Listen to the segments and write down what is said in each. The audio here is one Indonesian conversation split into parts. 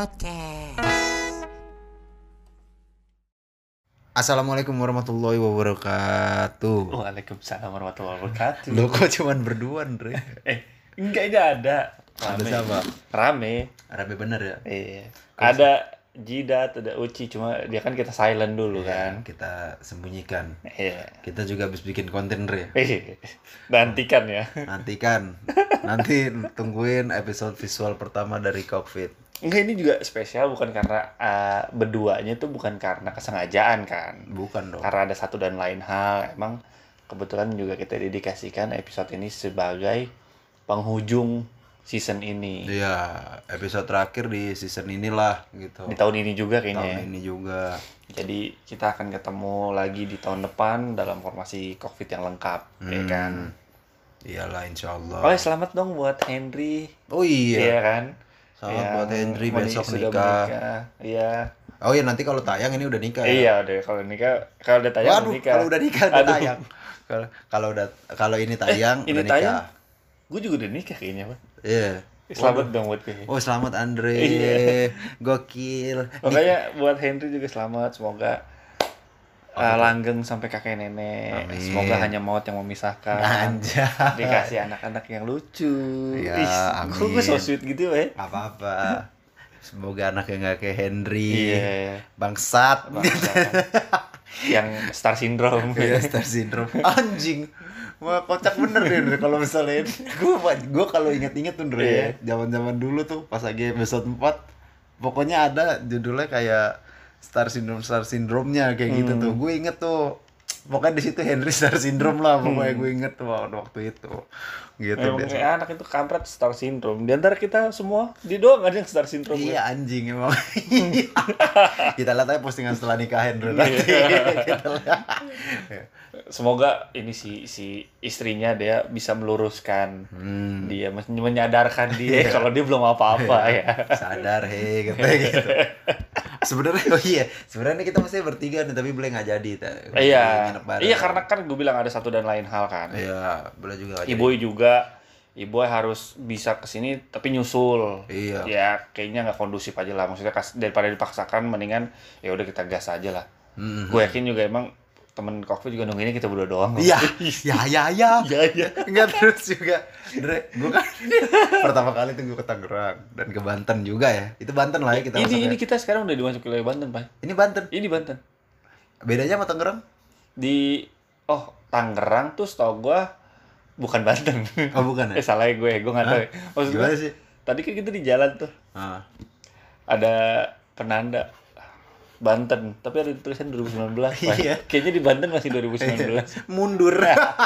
Podcast. Assalamualaikum warahmatullahi wabarakatuh. Waalaikumsalam warahmatullahi wabarakatuh. Lo kok cuman berdua, Andre? Enggak, ini ada. Ada siapa? Rame. Rame bener ya? Iya. Ada Jidat, ada Uci, cuma dia kan kita silent dulu kan. Kita sembunyikan. Iya. Kita juga habis bikin konten, Re. Nantikan ya. Nanti tungguin episode visual pertama dari Cockpit. Enggak, ini juga spesial bukan karena berduanya tuh bukan karena kesengajaan kan. Bukan dong. Karena ada satu dan lain hal. Emang kebetulan juga kita dedikasikan episode ini sebagai penghujung season ini. Iya, episode terakhir di season inilah gitu. Di tahun ini juga kayaknya. Tahun ini juga. Jadi kita akan ketemu lagi di tahun depan dalam formasi COVID yang lengkap, ya kan? Iyalah, insya Allah. Oh, selamat dong buat Henry. Oh iya. Iya kan? Selamat Yang buat Henry besok sudah nikah. menikah. Iya. Oh iya, nanti kalau tayang ini udah nikah ya. Iya, udah kalau nikah, kalau udah tayang Waduh, udah nikah. kalau udah nikah udah Aduh. tayang. Kalau ini tayang Ini udah tayang? nikah. Gue juga udah nikah kayaknya, Pak. Iya. Selamat dong buat gue. Oh, selamat Andre. Iya. Gokil. Makanya buat Henry juga selamat, semoga langgeng sampai kakek nenek. Amin. Semoga hanya maut yang memisahkan. Anjay. Dikasih anak-anak yang lucu. Iya, amin. Kok gue so sweet gitu, ya? Gak apa-apa. Semoga anaknya gak kayak Henry. Iya. Bangsat. Yang star syndrome. Iya, star syndrome. Anjing. Wah, kocak bener deh kalau misalnya gue kalau inget-inget tuh Dre, Iya. zaman-zaman dulu tuh pas lagi episode 4 pokoknya ada judulnya kayak star syndrome-nya kayak gitu tuh. Gue inget tuh. Pokoknya di situ Henry star syndrome lah pokoknya gue inget tuh waktu itu. Gitu Emang deh. kayak anak itu kampret star syndrome. Di antara kita semua, dia doang ada yang star syndrome. Iya anjing emang. Kita lihat aja postingan setelah nikah Henry nanti. Kita lihat. Semoga ini si istrinya dia bisa meluruskan dia, menyadarkan dia kalau dia belum apa-apa ya. Sadar gitu. Sebenarnya kita mesti bertiga nih tapi boleh nggak jadi. Iya karena kan gue bilang ada satu dan lain hal kan. Iya, boleh juga nggak jadi. Ibu harus bisa kesini tapi nyusul. Iya. Ya kayaknya nggak kondusif aja lah. Maksudnya daripada dipaksakan mendingan ya udah kita gas aja lah. Gue yakin juga emang temen Kokfi juga nungguinnya kita berdua doang. Iya. Ya. Iya. Enggak terus juga. Dre, gue kan pertama kali tuh gue ke Tangerang dan ke Banten juga ya. Itu Banten lah ya kita Ini kita sekarang udah dimasuki wilayah Banten, Pak. Ini Banten. Ini Banten. Bedanya sama Tangerang? Tangerang tuh setahu gua bukan Banten. Oh, bukan ya? Salah ya gue nggak tahu. Ya. Maksud Gimana gua, sih? tadi kan kita di jalan tuh. Ah. Ada penanda Banten, tapi ada tulisan 2019. Pak. Iya. Kayaknya di Banten masih 2019. Mundur.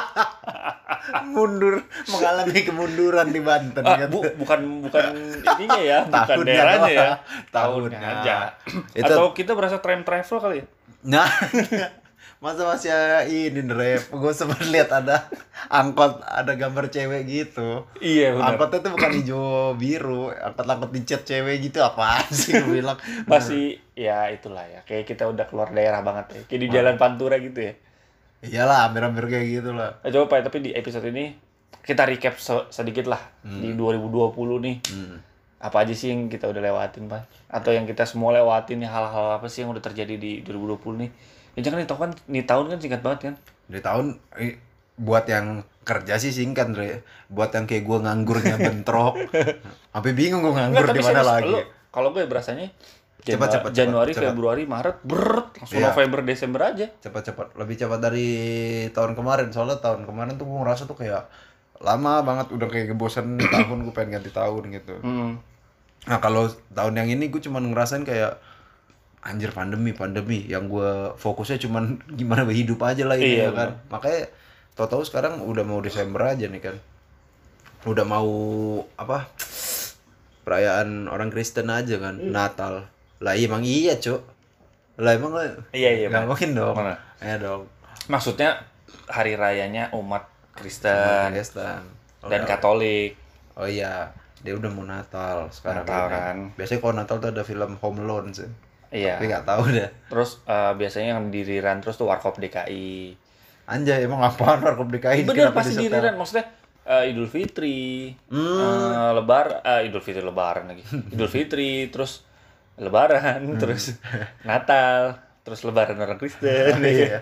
Mundur, mengalami kemunduran di Banten kan. Bukan ininya ya, bukan Tahunnya daerahnya doang. ya. Tahunnya Tahunnya. aja. Itu- Atau kita berasa time travel kali ya? Nah, masa masih ini Dre, gue sempat lihat ada angkot, ada gambar cewek gitu. Iya, benar. Angkotnya tuh bukan hijau biru, angkot dicat cewek gitu, apaan sih gue bilang. Masih ya itulah ya, kayak kita udah keluar daerah banget ya, kayak di jalan Pantura gitu ya. Iyalah, hampir-hampir kayak gitu lah. Coba Pak, tapi di episode ini kita recap sedikit lah di 2020 nih. Apa aja sih yang kita udah lewatin, Pak? Atau yang kita semua lewatin nih, hal-hal apa sih yang udah terjadi di 2020 nih? Ya jangan nih tahun kan singkat banget kan? Di tahun buat yang kerja sih singkat, Dre. Buat yang kayak gue nganggurnya bentrok. Sampai bingung gue nganggur di mana lagi. Kalau gue berasanya Cepat. Januari, Februari, Maret, langsung Iya. November, Desember aja. Cepat, lebih cepat dari tahun kemarin. Soalnya tahun kemarin tuh gue ngerasa tuh kayak lama banget, udah kayak bosan tahun, gue pengen ganti tahun gitu. Nah kalau tahun yang ini gue cuman ngerasain kayak anjir pandemi yang gue fokusnya cuman gimana hidup aja lah ini Iya, ya kan. Makanya tahu-tahu sekarang udah mau Desember aja nih kan. Udah mau apa? Perayaan orang Kristen aja kan, Natal. Lah emang iya, Cuk. Lah emang Iya, nggak Pak. mungkin dong. Mana? Ya dong. Maksudnya hari rayanya umat Kristen Kristen. dan Katolik. Oh iya, dia udah mau Natal sekarang. Natal ini. kan. Biasanya kalau Natal tuh ada film Home Alone sih. Iya. Tapi nggak tahu deh. Terus biasanya yang di rerun terus tuh Warkop DKI. Anjay, emang apaan Warkop DKI? Bener Kenapa pasti di disetel? rerun, maksudnya Idul Fitri, Idul Fitri Lebaran lagi. Idul Fitri, terus Lebaran, terus Natal, terus Lebaran orang Kristen. Iya.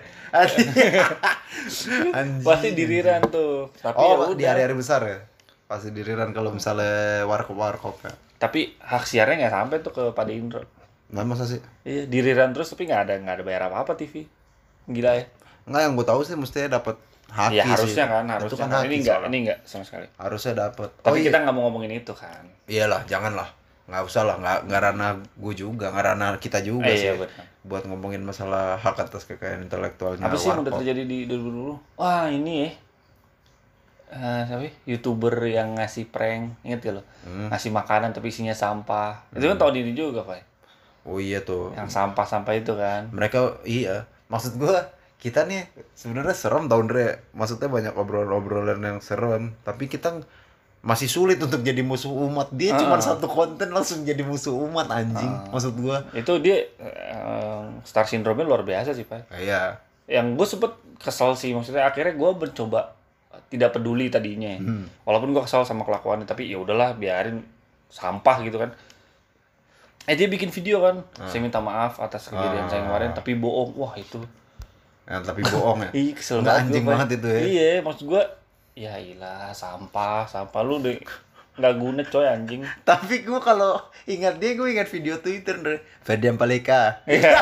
Pasti diriran tuh. Tapi ya Oh, di udah. hari-hari besar ya? Pasti diriran kalau misalnya warkop ya. Tapi hak siarnya nggak sampai tuh ke Pak Indro. Nah, masa sih? Iya, diriran terus tapi nggak ada bayar apa-apa TV. Gila ya. Enggak, yang gue tahu sih mestinya dapat haki Ya sih. harusnya kan, Itu harusnya. kan Kan. haki soalnya. Ini enggak sama sekali. Harusnya dapat. Tapi iya. kita nggak mau ngomongin itu kan. Iyalah, janganlah. Nggak usah lah, nggak ranah gue juga, nggak ranah kita juga sih. Iya, betul. Buat ngomongin masalah hak atas kekayaan intelektualnya Apa sih yang udah warkop. terjadi di 2020? Wah, ini ya. Siapa ya? YouTuber yang ngasih prank, inget gak lo? Ngasih makanan tapi isinya sampah. Itu kan tahun ini juga, Pak. Oh iya tuh. Yang sampah-sampah itu kan. Mereka iya. Maksud gue kita nih sebenarnya serem tahun Re. Maksudnya banyak obrolan-obrolan yang serem, tapi kita masih sulit untuk jadi musuh umat. Dia cuma satu konten langsung jadi musuh umat anjing. Maksud gue. Itu dia star syndrome-nya luar biasa sih, Pak. Iya. Yang gue sempet kesel sih, maksudnya akhirnya gue mencoba tidak peduli tadinya. Walaupun gue kesel sama kelakuannya, tapi ya udahlah biarin sampah gitu kan. Dia bikin video kan, saya minta maaf atas kejadian saya kemarin, tapi bohong. Wah itu. Ya, tapi bohong ya. Ih kesel Nggak, banget anjing gua, Pak. banget itu ya. Iya, maksud gue, ya ilah sampah lu deh nggak guna coy anjing. Tapi gue kalau ingat dia, gue ingat video Twitter Re. Ferdian Paleka.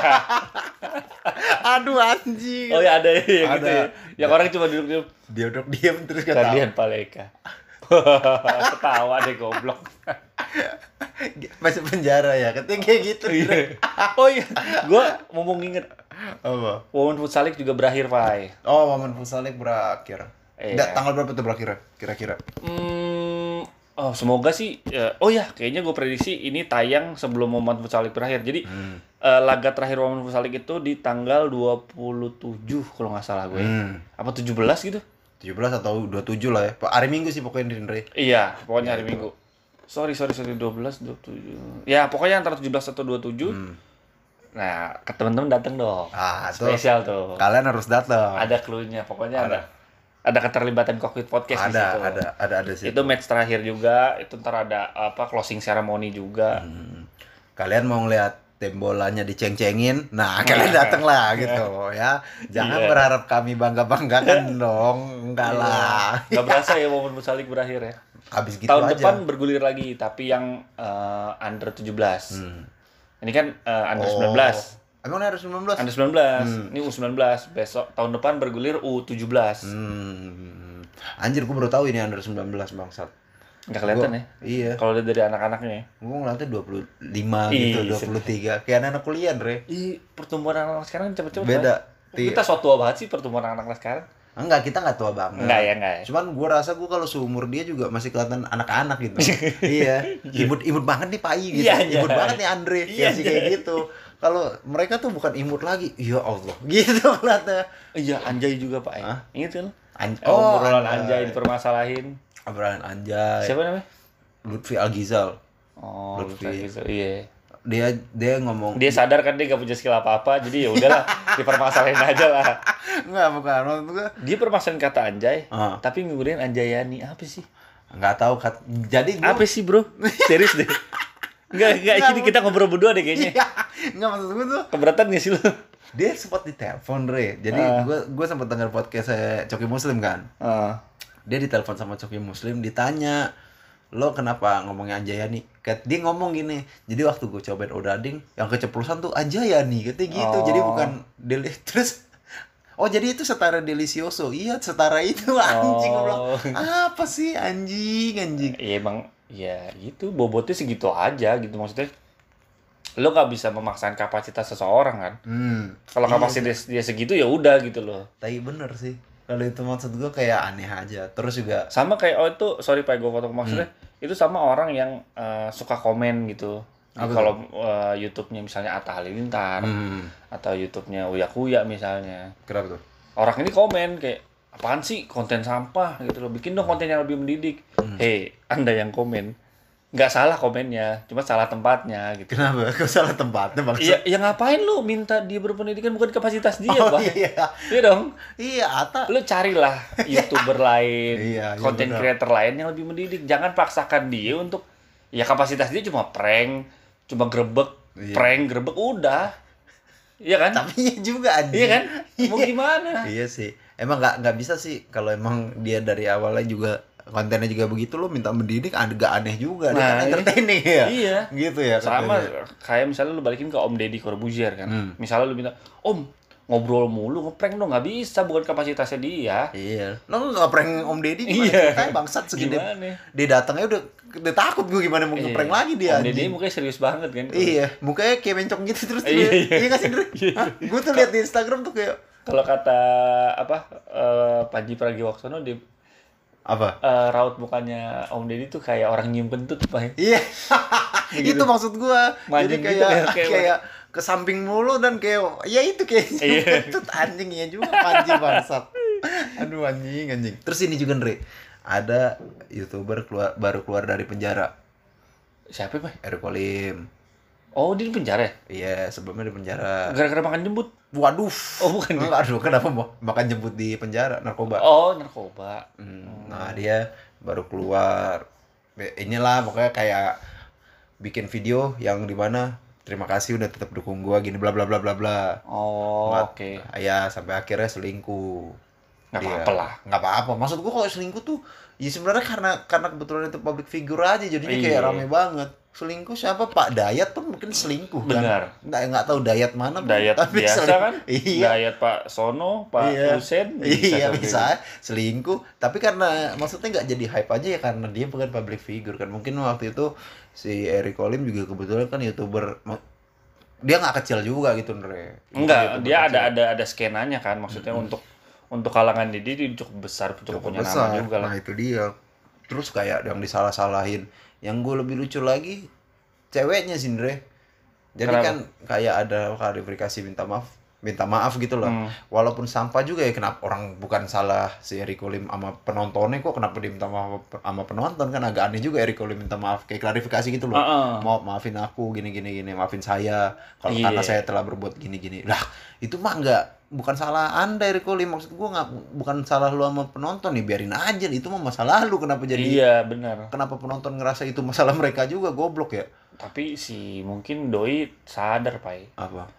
Aduh anjing. Oh ya ada ya yang Ada. gitu ya. Yang orang cuma duduk-duduk. Dia udah diam terus kata. Ferdian Paleka. Ketawa deh goblok. Masuk penjara ya, katanya kayak gitu. Re. Oh iya, gue mau nginget Apa? Women Futsalik juga berakhir, Pak. Oh, momen Futsalik berakhir. Iya. Tanggal berapa tuh berakhir? Kira-kira? Oh semoga sih. Oh ya, kayaknya gue prediksi ini tayang sebelum Women Futsalik berakhir. Jadi laga terakhir Women Futsalik itu di tanggal 27 kalau nggak salah gue. Apa 17 gitu? 17 atau 27 lah ya. Hari Minggu sih pokoknya di Re. Iya, pokoknya hari Minggu. Sorry 12 27. Ya, pokoknya antara 17 atau 27. Nah, ke teman-teman datang dong. Tuh. Spesial tuh. Kalian harus datang. Ada clue-nya, pokoknya ada keterlibatan Cockpit Podcast di situ. Ada sih. Itu match terakhir juga, itu ntar ada closing ceremony juga. Kalian mau ngeliat tim bolanya diceng-cengin, nah kalian datang lah gitu ya. Jangan berharap kami bangga-banggakan dong, enggak lah. Gak berasa ya Women Futsalik berakhir ya. Habis gitu Tahun aja. depan bergulir lagi, tapi yang under 17. Ini kan under 19. Emang harus 19? Under 19. Ini U19. Besok tahun depan bergulir U17. Anjir, gua baru tahu ini under 19 bangsat. Nggak kelihatan ya? Iya. Kalau lihat dari anak-anaknya. Gua ngeliatnya 25 gitu, 23. Kayak anak kuliah, Re. Pertumbuhan anak-anak sekarang cepet-cepet. Beda. Kita so tua banget sih pertumbuhan anak-anak sekarang. Enggak, kita enggak tua banget. Enggak ya. Cuman gua rasa gua kalau seumur dia juga masih kelihatan anak-anak gitu. Iya. Imut banget nih Pai gitu. Iya. Imut banget nih Andre. Iya, Masih kayak gitu. Kalau mereka tuh bukan imut lagi. Ya Allah. Gitu kelihatannya. Iya, Anjay juga, Pak. Ya. Ingat kan? Obrolan Anjay dipermasalahin. Obrolan Anjay. Siapa namanya? Lutfi Algizal. Oh, Lutfi. gitu. Iya. Dia ngomong. Dia sadar kan dia gak punya skill apa-apa, jadi ya udahlah dipermasalahin aja lah. Enggak, bukan. Maksud gua Dia permasalahin kata Anjay, Ah. tapi nggunain Anjayani. Apa sih? enggak tahu jadi gua Apa sih, Bro? Serius deh. Enggak, ini kita ngobrol berdua deh kayaknya. Iya. Enggak, maksud gua tuh Keberatan gak sih lu? dia sempat ditelepon Re. Jadi gua sempat dengar podcast Coki Muslim kan. Dia ditelepon sama Coki Muslim, ditanya, lo kenapa ngomongnya Anjayani? Dia ngomong gini, jadi waktu gue cobain Odading, yang keceplosan tuh Anjayani, katanya gitu. Jadi bukan terus, oh jadi itu setara Delicioso. Iya, setara itu anjing. Gue bilang, apa sih anjing? Iya emang, ya gitu, bobotnya segitu aja gitu maksudnya. Lo gak bisa memaksakan kapasitas seseorang kan. Kalau kapasitas dia segitu ya udah gitu loh. Tapi bener sih. Kalau itu maksud gue kayak aneh aja. Terus juga sama kayak itu sorry Pak gue potong maksudnya itu sama orang yang suka komen gitu. Kalau YouTube-nya misalnya Atta Halilintar atau YouTube-nya Uya Kuya misalnya. kenapa tuh? Orang ini komen kayak apaan sih konten sampah gitu loh. Bikin dong konten yang lebih mendidik. Hei, Anda yang komen. Nggak salah komennya, cuma salah tempatnya gitu. Kenapa? Kok salah tempatnya bang? Iya, ya ngapain lu minta dia berpendidikan bukan kapasitas dia, Oh Bang. iya. Iya dong. Iya, Atta. Lu carilah YouTuber lain, Iya, content benar. creator lain yang lebih mendidik. Jangan paksakan dia untuk ya kapasitas dia cuma prank, cuma grebek, Iya. Prank grebek udah. Iya kan? Tapi iya juga anjing. Iya kan? Mau gimana? Iya sih. Emang nggak bisa sih kalau emang dia dari awalnya juga kontennya juga begitu, lo minta mendidik agak aneh juga. Dia kan entertaining ya. Iya. Gitu ya. Sama katanya. kayak misalnya lu balikin ke Om Deddy Corbuzier kan. Misalnya lu minta, "Om, ngobrol mulu, ngeprank dong." Nggak bisa, bukan kapasitasnya dia. Iya. Lo nggak prank Om Deddy gimana? Iya. Ceritanya bangsat segede. Gimana? Dia datangnya udah takut gue gimana mau ngeprank lagi dia. Om Deddy anjing. mukanya serius banget kan. Iya, mukanya kayak mencong gitu terus dia. Iya, iya. Iya nggak sih, Dre? Hah? Gue tuh lihat di Instagram tuh kayak Kalau kata Panji Pragiwaksono, di apa? raut mukanya Om Deddy tuh kayak orang nyium kentut, Pak. Iya. Itu maksud gua. Jadi Manjing gitu, kayak ke samping mulu dan kayak ya itu kayak kentut anjing ya juga Panji bangsat. Aduh anjing. Terus ini juga, Ndre. Ada YouTuber baru keluar dari penjara. Siapa, Pak? Eric Olim. Oh, dia di penjara ya? Iya, sebelumnya di penjara. Gara-gara makan jembut. Waduh. Oh, bukan. Aduh, kenapa mau makan jemput di penjara narkoba? Oh, narkoba. Nah, dia baru keluar. Inilah pokoknya kayak bikin video yang dimana terima kasih udah tetap dukung gua gini bla bla bla bla bla. Oh, oke. Ya sampai akhirnya selingkuh. Nggak apa-apa lah. Nggak apa-apa. Maksud gua kalau selingkuh tuh ya sebenarnya karena kebetulan itu public figure aja jadinya kayak Iya. rame banget. Selingkuh siapa? Pak Dayat pun mungkin selingkuh kan. Benar. Nggak tahu Dayat mana pun, Dayat tapi biasa kan? Iya. Dayat Pak Sono, Pak Iya. Husen. Iya seperti bisa selingkuh, tapi karena maksudnya nggak jadi hype aja ya karena dia bukan public figure kan. Mungkin waktu itu si Eric Olim juga kebetulan kan YouTuber, dia nggak kecil juga gitu, Ndre. Enggak, dia ada skenanya kan, maksudnya untuk kalangan dia cukup besar, cukup punya nama juga lah. Nah itu dia. Terus kayak yang disalah-salahin, yang gue lebih lucu lagi ceweknya sih, Ndre. Jadi Kenapa? kan kayak ada klarifikasi minta maaf gitu loh. Walaupun sampah juga ya, kenapa orang bukan salah si Eric Olim sama penontonnya, kok kenapa dia minta maaf sama penonton, kan agak aneh juga Eric Olim minta maaf kayak klarifikasi gitu loh. Mau maafin aku gini, maafin saya kalau karena saya telah berbuat gini. Lah, itu mah bukan salah Anda Eric Olim, maksud gua bukan salah lu sama penonton nih, biarin aja, itu mah masalah lu, kenapa jadi Iya, benar. kenapa penonton ngerasa itu masalah mereka juga, goblok ya. Tapi mungkin Doi sadar, Pak.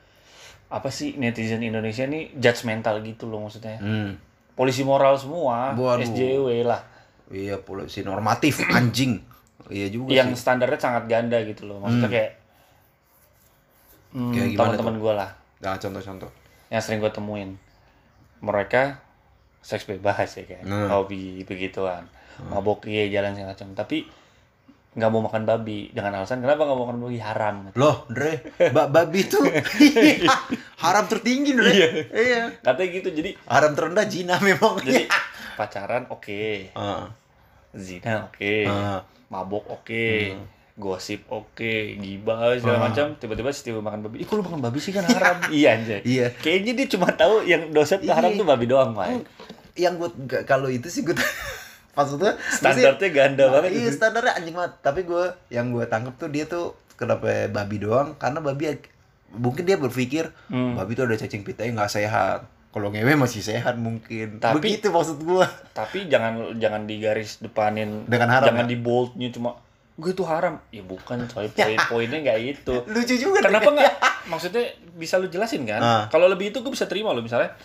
Apa sih netizen Indonesia nih judgmental gitu loh maksudnya. Polisi moral semua, Waduh. SJW lah. Iya, polisi normatif anjing. Iya juga Yang sih. standarnya sangat ganda gitu loh. Maksudnya kayak Kayak gimana teman-teman gue lah Nah, contoh-contoh. yang sering gue temuin. Mereka seks bebas ya kan, hobi begituan. Mabok iya jalan segala macam. Tapi nggak mau makan babi dengan alasan kenapa nggak mau makan babi, haram. Loh, Dre, babi itu haram tertinggi, Dre. Iya. Katanya gitu, jadi Haram terendah zina memang. jadi pacaran oke, Heeh. zina oke, mabok oke, gosip oke, gibah segala macam. Tiba-tiba setiap makan babi, ih kok lu makan babi sih, kan haram. Iya anjay. Iya. Kayaknya dia cuma tahu yang dosa tuh haram tuh babi doang, Pak. Yang gue kalau itu sih gue maksudnya Standarnya ganda banget. Iya, itu. standarnya anjing banget. Tapi yang gue tangkep tuh dia tuh kenapa babi doang? Karena babi mungkin dia berpikir babi tuh ada cacing pitanya nggak sehat. Kalau ngewe masih sehat mungkin. Tapi- Begitu maksud gue. Tapi jangan digaris depanin, Dengan haram, jangan ya? di boldnya cuma gue itu haram. Ya bukan, coy. Poinnya nggak itu. Lucu juga. Kenapa Dre. nggak? Maksudnya bisa lu jelasin kan? Kalau lebih itu gue bisa terima lo misalnya.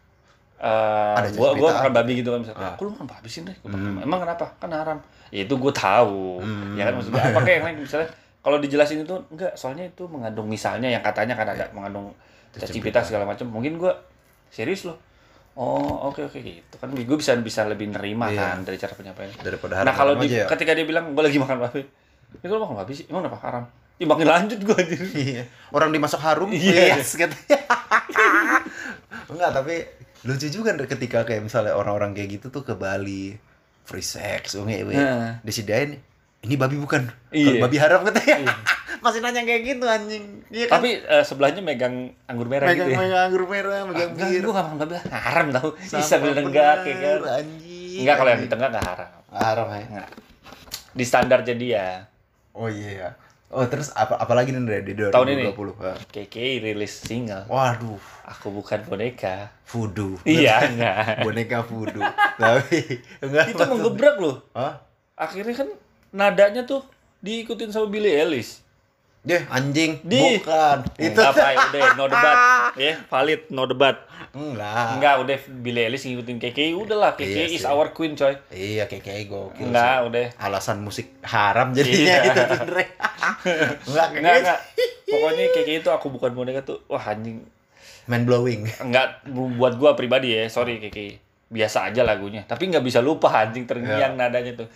Ada Gue cerita. makan babi gitu kan misalnya. Kok lu makan babi sih, Dre? Emang kenapa? Kan haram. Ya itu gue tahu. Ya kan maksudnya apa kayak yang lain misalnya. Kalau dijelasin itu enggak, soalnya itu mengandung misalnya yang katanya kan ada mengandung cacing pita segala macam. Mungkin gue serius loh. Oh, oke gitu kan. Gue bisa lebih nerima kan dari cara penyampaiannya. Daripada Nah, kalau haram aja ya. ketika dia bilang gue lagi makan babi. Ini kalau makan babi sih, emang kenapa haram? Ya makin lanjut gue anjir. Iya. Orang dimasak harum. Iya. Yes, katanya. Enggak, tapi lucu juga Dre, ketika kayak misalnya orang-orang kayak gitu tuh ke Bali, free sex, ngewe. Disediain, ini babi bukan. Iya. Kalau babi haram katanya. Masih nanya kayak gitu anjing. Iya kan? Tapi sebelahnya megang anggur merah gitu ya. Megang anggur merah, megang Enggak, bir. gue gak makan babi, haram tau. Sama Sambil nenggak ya kan. bener, anjing. Enggak, kalau yang di tengah gak haram. haram ya. Enggak. Di standar jadi ya. Oh iya. Oh, terus apalagi nih Dre, di 2020? Tahun ini? Ah. KKI rilis single. Waduh, Aku bukan boneka. voodoo. Iya, enggak. Boneka voodoo. Tapi enggak. Itu menggebrak loh. Hah? Akhirnya kan nadanya tuh diikutin sama Billie Eilish. Deh, anjing. Di. Bukan. Itu. Enggak, Pak, udah no debat. Ya, valid, no debat. Enggak, udah Billie Eilish ngikutin KKI, udahlah KKI Iya is sih. our queen, coy. Iya, kayak gokil. Enggak, sih. udah. Alasan musik haram jadinya Iya. itu tuh, Dre. Enggak. Pokoknya KKI itu aku bukan boneka tuh. Wah, anjing. Man blowing. Enggak, buat gua pribadi ya, sorry KKI. Biasa aja lagunya, tapi nggak bisa lupa anjing terngiang nadanya tuh.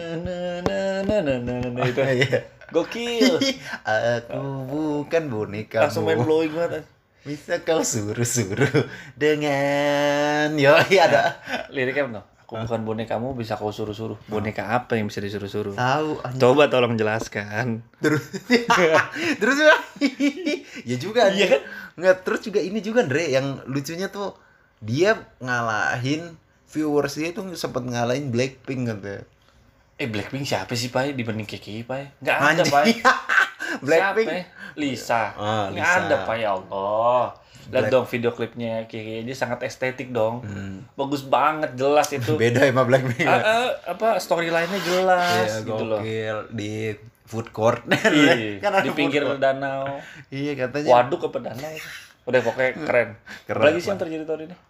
Nah, itu. Iya. Gokil. Aku bukan boneka. Langsung main blowing banget. Bisa kau suruh-suruh dengan ada Liriknya apa tuh? Aku bukan bonekamu, bisa kau suruh-suruh. Boneka apa yang bisa disuruh-suruh? tahu anjing. Coba tolong jelaskan. Terus terus juga ya juga Iya kan? nggak terus juga ini juga Dre yang lucunya tuh dia ngalahin viewersnya itu sempat ngalahin Blackpink katanya. Blackpink siapa sih, Pai? Dibanding KKI, Pai? Nggak ada, Pai. Blackpink Siapa? Lisa. Ah, Nggak Lisa. ada, Pai, ya Allah. Lihat dong video klipnya KKI aja sangat estetik dong. Bagus banget, jelas itu. beda sama Blackpink. Apa storyline-nya jelas Iya, gitu loh. gokil di food court Iya, kan ada di food pinggir court. danau. Iya katanya. Waduk apa danau itu. Udah pokoknya keren. Keren, Apalagi sih Pak. yang terjadi tahun ini?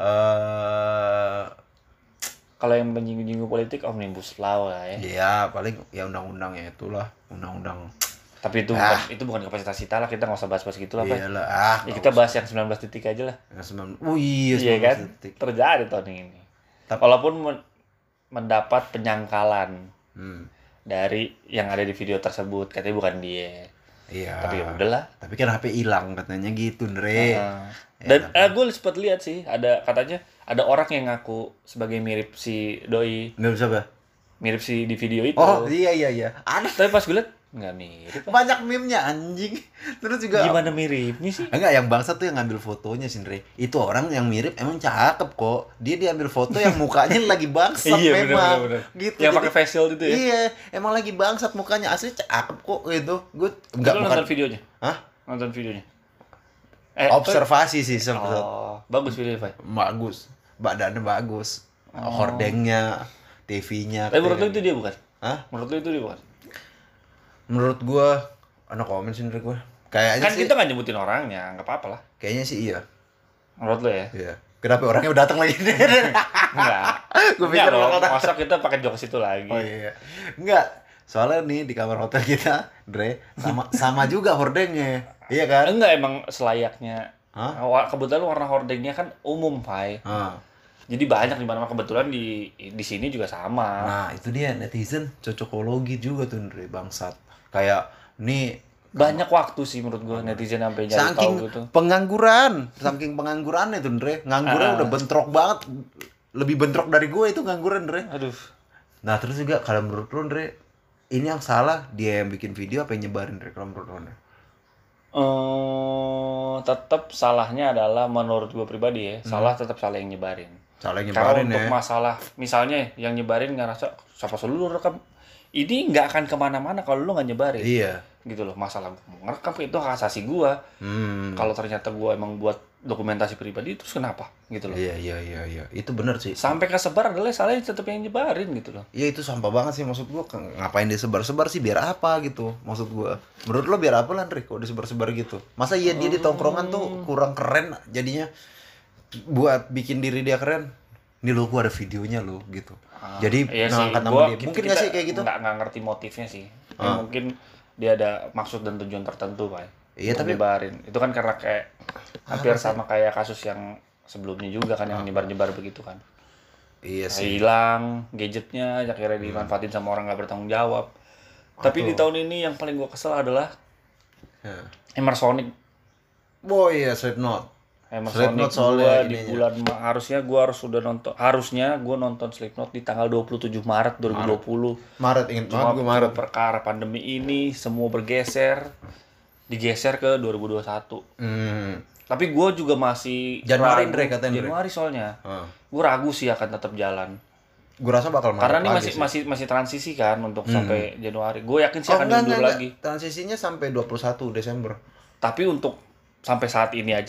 eh Kalau yang menyinggung-nyinggung politik, Omnibus Law lah ya. ya paling ya undang-undang ya itulah undang-undang. Tapi itu bukan kapasitas kita lah, kita nggak usah bahas-bahas gitu lah, Pak. Iyalah Ya, kita bahas yang 19 titik aja lah. Iya, Iya kan? 19 detik. Terjadi tahun ini. Walaupun mendapat penyangkalan Hmm. dari yang ada di video tersebut, katanya bukan dia. Iya. Tapi ya udahlah. Tapi kan HP hilang katanya gitu, Dre. Dan gue sempat lihat sih, katanya ada orang yang ngaku sebagai mirip si doi, Nggak bisa, Bah? mirip si di video itu. Oh, iya. Ada Tapi pas gue lihat nggak mirip. Pak. banyak meme-nya anjing. Terus juga Gimana miripnya sih? enggak, yang bangsa tuh yang ngambil fotonya sih, Dre. Itu orang yang mirip emang cakep kok. Dia diambil foto yang mukanya lagi bangsat Iya, memang. bener. Gitu. Yang Jadi- pakai face shield itu ya? Iya, emang lagi bangsat mukanya, asli cakep kok gitu. Gue Lu enggak nonton videonya? Hah? Nonton videonya? Observasi sih Oh, bagus videonya, Pak. bagus. Badannya bagus. Hordengnya, TV-nya. Tapi menurut lu itu dia bukan? Hah? Menurut lu itu dia bukan? Menurut gua anak komen sih dari gua. Kayaknya Kan sih. kita nggak nyebutin orangnya, nggak apa-apa lah. Kayaknya sih iya. Menurut lu ya? Iya. Kenapa orangnya udah datang lagi? Enggak. Gua pikir Enggak bakal dong, masa kita pakai jokes itu lagi. Oh iya. Enggak. Soalnya nih di kamar hotel kita, Dre, sama juga hordengnya. Iya kan? Enggak, emang selayaknya. Hah? Kebetulan warna hordengnya kan umum, Pai. Ah. Jadi banyak di mana-mana, kebetulan di sini juga sama. Nah, itu dia netizen cocokologi juga tuh, Dre, bangsat. Kayak nih Banyak waktu sih menurut gua netizen sampai nyari saking tahu gitu. saking penganggurannya tuh, Dre. Nganggurnya udah bentrok banget. Lebih bentrok dari gue itu ngangguran, Dre. Aduh. Nah, terus juga kalau menurut lu, Dre, ini yang salah dia yang bikin video apa yang nyebarin, Dre, kalau menurut lu? Tetap salahnya adalah menurut gua pribadi ya, salah tetap salah yang nyebarin. Salah yang Karena nyebarin untuk ya. masalah, misalnya yang nyebarin ngerasa siapa suruh lu rekam, ini nggak akan kemana-mana kalau lu nggak nyebarin. Iya. Gitu loh, masalah gua mau ngerekam itu hak asasi gua. Kalau ternyata gua emang buat dokumentasi pribadi, terus kenapa? Gitu loh. Iya. Itu bener sih. Sampai kesebar adalah salahnya tetap yang nyebarin gitu loh. Iya, itu sampah banget sih maksud gua. Ngapain disebar-sebar sih, biar apa gitu maksud gua. Menurut lo biar apa lah, Dre, kok disebar-sebar gitu? Masa iya dia di tongkrongan tuh kurang keren jadinya buat bikin diri dia keren. Nih lo, gua ada videonya lo gitu. Jadi Iya sih, ngangkat nama gua dia. Mungkin nggak sih kayak gitu? Nggak ngerti motifnya sih. Ya, mungkin dia ada maksud dan tujuan tertentu, Pak. Iya, Untuk tapi nyebarin. Itu kan karena kayak hampir sama kayak kasus yang sebelumnya juga kan yang nyebar-nyebar begitu kan. iya sih. Hilang gadgetnya, akhirnya dimanfaatin sama orang nggak bertanggung jawab. Tapi di tahun ini yang paling gua kesel adalah Ya. Emersonic. Oh iya, Slipknot. Emersonic soalnya gua di ininya. bulan harusnya gua nonton Slipknot di tanggal 27 Maret 2020. Maret, inget Cuma banget gue Maret. perkara pandemi ini semua digeser ke 2021. Tapi gue juga masih Januari, ragu. Dre, katanya, Dre. Januari soalnya. Ah. Gue ragu sih akan tetap jalan. Gue rasa bakal Maret Karena ini lagi sih. masih transisi kan untuk sampai Januari. Gue yakin sih akan enggak, diundur enggak. lagi. Transisinya sampai 21 Desember. Tapi untuk sampai saat ini aja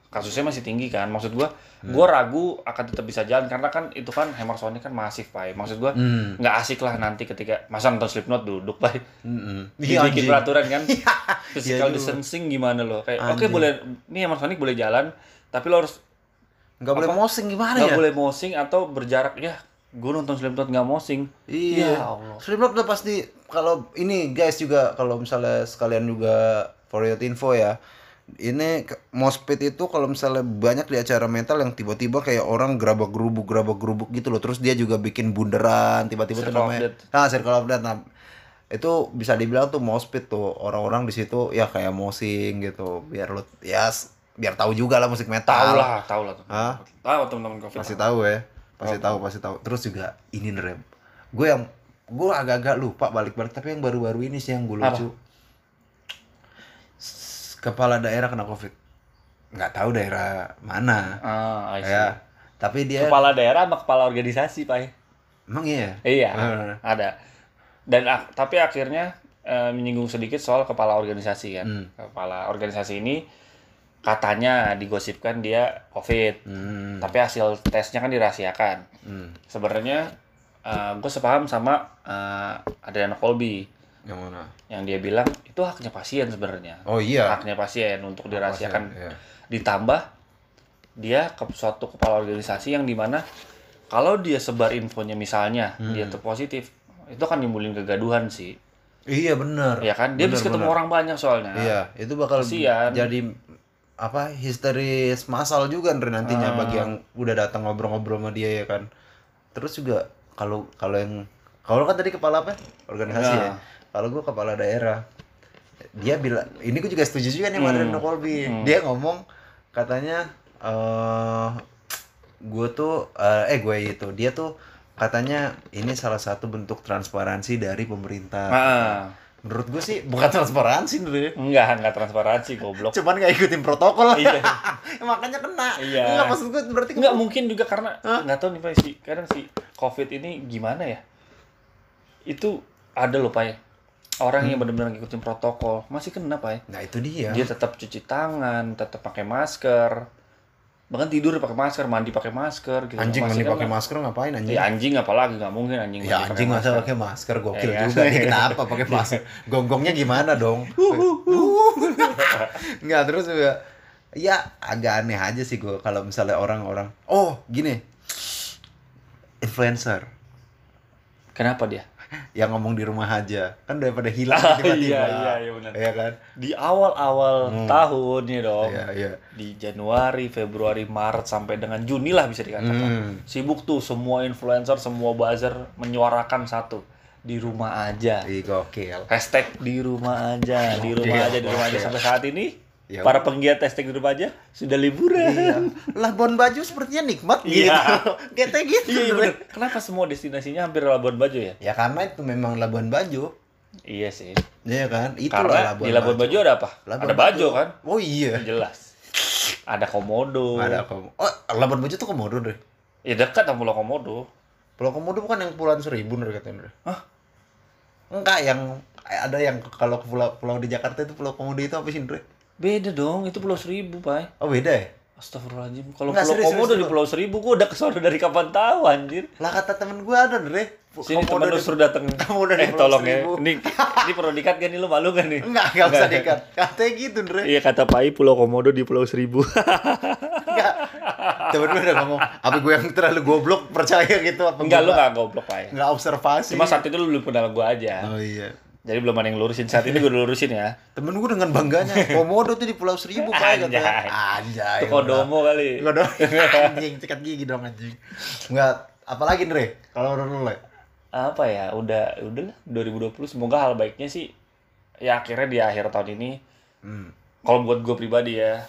kasusnya masih tinggi kan. Maksud gua ragu akan tetap bisa jalan karena kan itu kan Hammer Sonic kan masif, Pak. Maksud gua nggak asik lah nanti ketika masa nonton Slipknot duduk, Pak. Dibikin peraturan kan. Physical distancing gimana lo? Kayak oke, boleh nih Hammer Sonic boleh jalan, tapi lo harus nggak boleh mosing gimana ya? Nggak boleh mosing atau berjarak ya. Gue nonton Slipknot nggak mosing. Iya. Ya Allah. Slipknot udah pasti, kalau ini guys juga, kalau misalnya sekalian juga for your info ya. Ini moshpit itu kalau misalnya banyak di acara metal yang tiba-tiba kayak orang gerabak gerubuk gitu loh. Terus dia juga bikin bunderan tiba-tiba tuh namanya. Circle of Death. Nah, itu bisa dibilang tuh moshpit tuh. Orang-orang di situ ya kayak mosing gitu. Biar lu ya biar tahu juga lah musik metal. Tahu lah. Tahu teman-teman Covid. Pasti tahu ya. Pasti tahu. Terus juga ini nih, Rem. Gue agak-agak lupa balik-balik, tapi yang baru-baru ini sih yang gue lucu. Kepala daerah kena Covid. Nggak tahu daerah mana. Ya. Tapi dia kepala daerah sama kepala organisasi, Pak. Emang iya? Iya. Ada. Dan tapi akhirnya menyinggung sedikit soal kepala organisasi kan. Kepala organisasi ini katanya digosipkan dia Covid. Tapi hasil tesnya kan dirahasiakan. Sebenarnya gue sepaham sama Adriana Colby. Yang mana? Yang dia bilang itu haknya pasien sebenarnya. Oh iya. Haknya pasien untuk dirahasiakan. Iya. Ditambah dia suatu kepala organisasi yang dimana kalau dia sebar infonya misalnya dia terpositif, itu kan nimbulin kegaduhan sih. Iya benar. Iya kan? Dia bisa ketemu orang banyak soalnya. Iya, itu bakal jadi histeris massal juga nantinya bagi yang udah datang ngobrol-ngobrol sama dia ya kan. Terus juga kalau kan tadi kepala apa? Organisasi ya. Kalau gue kepala daerah, dia bilang, ini gue juga setuju juga nih sama Adriana Colby. Dia ngomong katanya dia tuh katanya ini salah satu bentuk transparansi dari pemerintah. Menurut gue sih bukan transparansi dulu. Enggak transparansi, goblok. Cuman nggak ikutin protokol. Iya. Makanya kena. Iya. Enggak, maksud gue berarti enggak mungkin juga karena nggak tahu nih Pak sih. Kadang si Covid ini gimana ya? Itu ada loh Pak. Orang yang benar-benar ngikutin protokol masih kena Pak. Nah, itu dia. Dia tetap cuci tangan, tetap pakai masker. Bahkan tidur pakai masker, mandi pakai masker gitu. Anjing mandi pakai masker ngapain anjing? Ya anjing apalagi, nggak mungkin anjing. Ya anjing masa pakai masker, gokil juga. Ini kenapa pakai masker? Gonggongnya gimana dong? Nggak, terus juga ya agak aneh aja sih gue kalau misalnya orang-orang gini, influencer. Kenapa dia? Yang ngomong di rumah aja kan daripada hilang tiba-tiba. Iya benar. Iya kan? Di awal-awal tahun ya dong. Iya. Di Januari, Februari, Maret sampai dengan Juni lah bisa dikatakan. Sibuk tuh semua influencer, semua buzzer menyuarakan satu, di rumah aja. Gokil. Hashtag di rumah aja, di rumah aja sampai saat ini. Ya, para penggiat hashtag di rumah aja sudah liburan. Iya. Labuan Bajo sepertinya nikmat gitu. Kayak gitu. Iya, bener. Kenapa semua destinasinya hampir Labuan Bajo ya? Ya karena itu memang Labuan Bajo. Iya sih. Iya kan? Itulah Labuan di Labuan Bajo ada apa? Ada Bajo kan? Oh iya. Jelas. Ada Komodo. Labuan Bajo tuh Komodo deh. Ya dekat sama Pulau Komodo. Pulau Komodo bukan yang Kepulauan Seribu nih katanya. Hah? Enggak, yang ada yang kalau pulau di Jakarta itu Pulau Komodo itu apa sih, Andre? Beda dong, itu Pulau Seribu, Pak. Oh, beda ya? Astagfirullahaladzim. Kalau Pulau Komodo di Pulau Seribu, gua udah kesana dari kapan tahu, anjir. Lah kata temen gua ada, Dre. Sini temen lu suruh dateng. Tolong ya. Ini perlu dikat gak nih, lu malu gak nih? Enggak usah dikat. Katanya gitu, Dre. Iya, kata Pai Pulau Komodo di Pulau Seribu. Enggak. Temen lu udah ngomong, apa gue yang terlalu goblok percaya gitu apa? Enggak, lu gak goblok, Pai. Enggak observasi. Cuma saat itu lu liput nama gua aja. Oh iya. Jadi belum ada yang lurusin. Saat ini gue lurusin ya. Temen gue dengan bangganya, Komodo tuh di Pulau Seribu Pak katanya. Anjay. Itu Kodomo kali. Kodomo. Anjing, sikat gigi dong anjing. Enggak, apalagi nih, Re? Kalau menurut lu, apa ya? Udahlah 2020 semoga hal baiknya sih ya akhirnya di akhir tahun ini. Kalau buat gue pribadi ya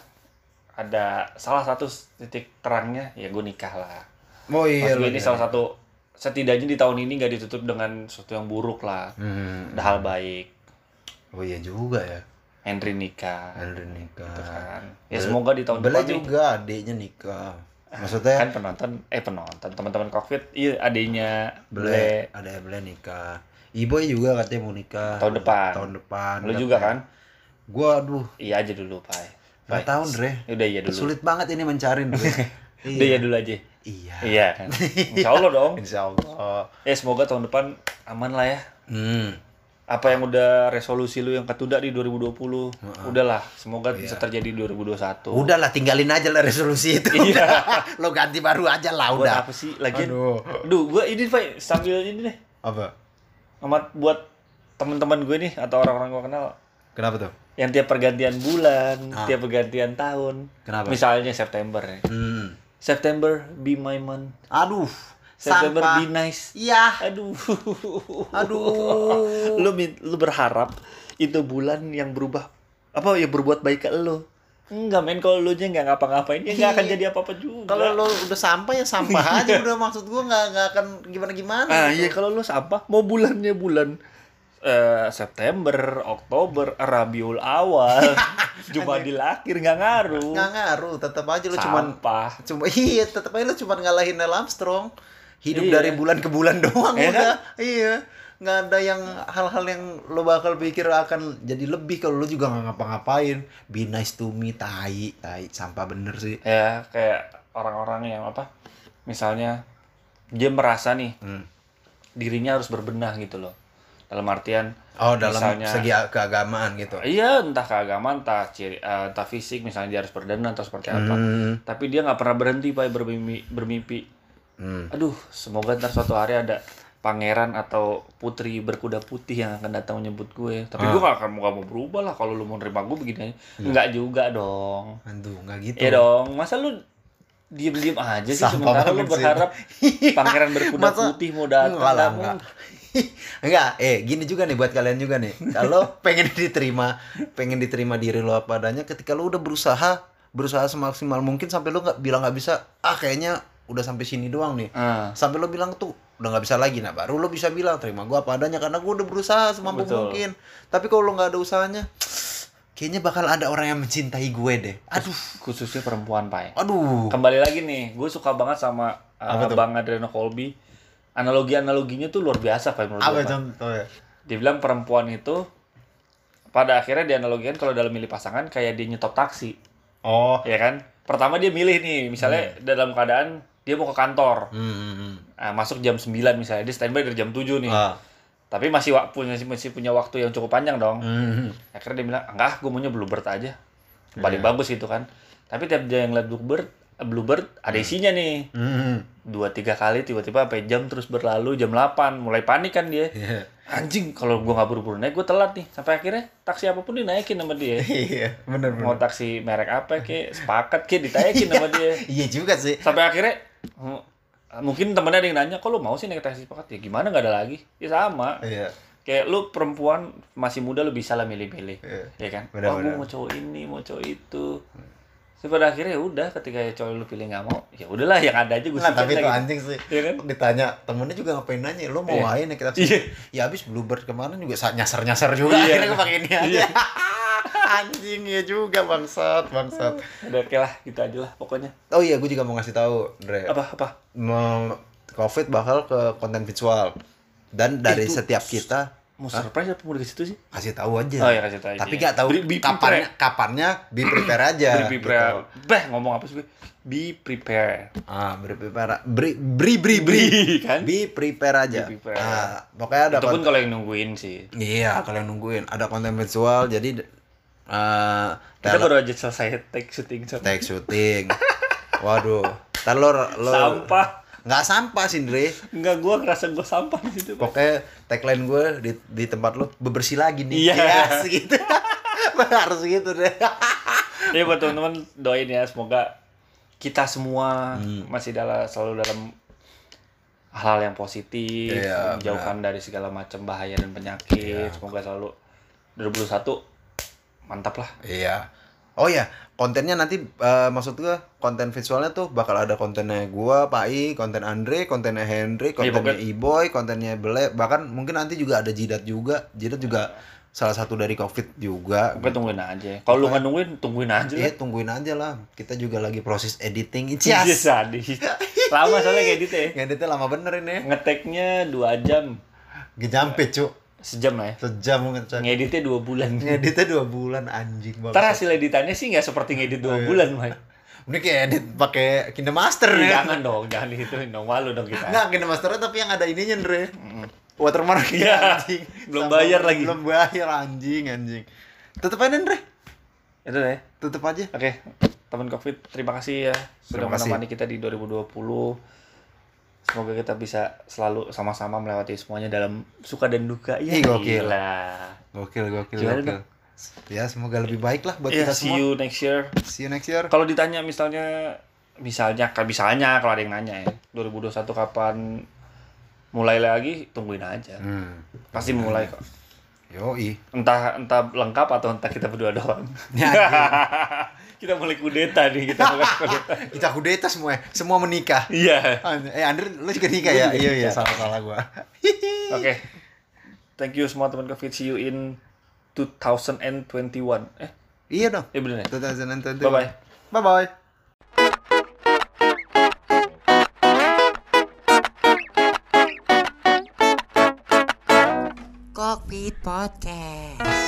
ada salah satu titik terangnya ya gue nikah lah. Oh iya. Ini salah satu setidaknya di tahun ini nggak ditutup dengan sesuatu yang buruk lah. Ada hal baik. Oh iya juga ya. Henry nikah. Gitu kan. Ya semoga di tahun depan juga adiknya nikah. Maksudnya kan penonton teman-teman Covid, iya adiknya Ble nikah. Iboy juga katanya mau nikah tahun depan. Lu juga kan? Gua aduh. Iya aja dulu, Pak. Nggak tahu, Dre. Udah iya dulu. Sulit banget ini mencari, Dre. Udah iya dulu aja. Iya. Iya kan. Insya Allah dong. Insya Allah. Semoga tahun depan aman lah ya. Apa yang udah resolusi lu yang ketunda di 2020, udahlah, semoga bisa terjadi di 2021. Udahlah, tinggalin aja lah resolusi itu. Iya. Lo ganti baru aja lah, Buat udah. apa sih? Lagian, Aduh. gua ini Pak, sambil ini deh. Apa? Amat buat teman-teman gue nih atau orang-orang gua kenal. Kenapa tuh? Yang tiap pergantian bulan, tiap pergantian tahun. Kenapa? Misalnya September ya. September be my month. Aduh. September Sampah. be nice. Iya. Aduh. Aduh. Lu berharap itu bulan yang berubah apa ya berbuat baik ke lu. Enggak men, kalau lu nya nggak ngapa-ngapain ya nggak akan jadi apa-apa juga. Kalau lo udah sampah ya sampah aja udah, maksud gua nggak akan gimana-gimana. Iya kalau lu sampah mau bulannya bulan September, Oktober, Rabiul Awal, Jumadil Akhir nggak ngaruh. Nggak ngaruh, tetap aja lo Sampah. iya, tetap aja lo cuman ngalahin Neil Armstrong. Hidup Iya. dari bulan ke bulan doang Iya udah. Iya. Nggak ada yang hal-hal yang lo bakal pikir akan jadi lebih kalau lo juga nggak ngapa-ngapain. Be nice to me, tai, sampah bener sih. Ya kayak orang-orang yang apa? Misalnya dia merasa nih dirinya harus berbenah gitu loh. Dalam artian Dalam misalnya, segi keagamaan gitu. Iya, entah keagamaan, entah fisik, misalnya dia harus berdandan atau seperti apa. Tapi dia nggak pernah berhenti Pak bermimpi. Aduh, semoga ntar suatu hari ada pangeran atau putri berkuda putih yang akan datang menyebut gue. Tapi gue gak mau berubah lah kalau lu mau nerima gue begini aja. Enggak juga dong. Aduh, nggak gitu. Iya dong, masa lu diem-diem aja sih Sampah sementara lu banget sih. berharap pangeran berkuda putih mau datang. Enggak. Enggak, gini juga nih buat kalian juga nih. Kalau pengen diterima diri lo apa adanya, ketika lo udah berusaha semaksimal mungkin sampai lo bilang nggak bisa, kayaknya udah sampai sini doang nih. Sampai lo bilang tuh udah nggak bisa lagi, nah baru lo bisa bilang terima gue apa adanya karena gue udah berusaha semampu mungkin. Tapi kalau lo nggak ada usahanya, kayaknya bakal ada orang yang mencintai gue deh. Aduh, Khususnya perempuan, Pak. aduh. Kembali lagi nih, gue suka banget sama Bang Adriano Colby. Analoginya tuh luar biasa Pak menurut gue. Apa contohnya? Dia bilang perempuan itu pada akhirnya dianalogikan kalau dalam milih pasangan kayak dia nyetop taksi. Oh. Ya kan? Pertama dia milih nih, misalnya dalam keadaan dia mau ke kantor. Masuk jam 9 misalnya, dia standby dari jam 7 nih. Tapi masih punya waktu yang cukup panjang dong. Akhirnya dia bilang, enggak, gue maunya Bluebird aja. Paling bagus gitu kan. Tapi tiap dia yang lihat Bluebird ada isinya nih. 2-3 kali tiba-tiba sampai jam terus berlalu, jam 8 mulai panik kan dia. Anjing, kalau gua nggak buru-buru naik gue telat nih. Sampai akhirnya taksi apapun dinaikin sama dia. Iya, bener. Mau taksi merek apa kek, sepakat kek ditaikin sama dia. Iya juga sih. Sampai akhirnya mungkin temennya ada yang nanya, kok lu mau sih naik taksi sepakat? Ya gimana, nggak ada lagi. Ya sama. Iya. Kayak lu perempuan masih muda lu bisa lah milih-milih. Ya kan? Bener-bener. Mau cowok ini, mau cowok itu. Tapi pada akhirnya ya udah, ketika cowok lu pilih nggak mau, ya udahlah yang ada aja gue Nggak, tapi itu anjing sih. Iya kan? Ditanya temennya juga ngapain nanya, lo mau aja naik taksi? Ya habis Bluebird kemarin juga nyasar juga, akhirnya gue pakai ini aja. Anjing ya juga, bangsat. Udah oke lah, gitu aja lah pokoknya. Oh iya, gue juga mau ngasih tahu, Dre. Apa? COVID bakal ke konten visual. Dan dari setiap kita Mau surprise apa mau dikasih itu sih? kasih tahu aja. Oh ya, kasih tahu aja. Tapi nggak tahu kapannya, be prepare aja. Be prepare. Ngomong apa sih gue? Be prepare. Be prepare. Bri Kan? Be prepare aja. Be prepare. Pokoknya ada itu pun kalau yang nungguin sih. Iya, kalau yang nungguin ada konten visual, jadi kita baru aja selesai take syuting. Waduh, ntar lo sampah. Nggak sampah sih, Dre. Enggak, gue ngerasa gue sampah di situ. Pokoknya tagline gue di tempat lo bebersih lagi nih. Iya. Yes, gitu. Harus gitu deh. Ya buat teman-teman doain ya, semoga kita semua masih selalu dalam hal yang positif, menjauhkan dari segala macam bahaya dan penyakit. Semoga selalu 2021 mantap lah. Iya. Oh ya, kontennya nanti maksud gua konten visualnya tuh bakal ada kontennya gua, Pai, konten Andre, kontennya Henry, kontennya Iboy, kontennya Bele, bahkan mungkin nanti juga ada Jidat juga. Jidat juga salah satu dari COVID juga. Oke, tungguin aja. Kalau lu nggak nungguin, tungguin aja lah. Iya, tungguin aja lah. Kita juga lagi proses editing. Iya, sadis. Lama soalnya kayak edit ya. Ngeditnya lama bener ini. Ngeteknya 2 jam. Gak nyampe, Cuk. Sejam lah ya. Sejam ngecek. Ngeditnya 2 bulan. Ngeditnya 2 bulan anjing banget. Ntar hasil editannya sih nggak seperti ngedit 2 bulan, Mike. Ini kayak edit pakai KineMaster ya. Jangan dong, jangan digituin dong, malu dong kita. Nggak, KineMaster tapi yang ada ininya, Andre. Watermark Iya. anjing. Belum bayar lagi. Belum bayar anjing. Tutup aja, Andre. Itu deh. Tutup aja. Oke, teman Covid, terima kasih ya sudah Terima kasih. menemani kita di 2020. Semoga kita bisa selalu sama-sama melewati semuanya dalam suka dan duka. Ya, Ih, gokil. gila. Gokil. Gimana dong? Ya, semoga lebih baik lah buat Ya, kita see semua. you next year. See you next year. Kalau ditanya misalnya kalau ada yang nanya ya, 2021 kapan mulai lagi, tungguin aja. Pasti mulai kok. Yoi. Entah lengkap atau entah kita berdua doang. Ya, Kita mulai kudeta nih, kita mulai kudeta. kita kudeta semua, semua menikah. Iya. Andre, lu juga nikah ya? Iya, salah gua. Oke. Thank you semua teman Covid. See you in 2021. Iya dong. Bener ya? 2020. Bye-bye. Bye-bye. Cockpit Podcast.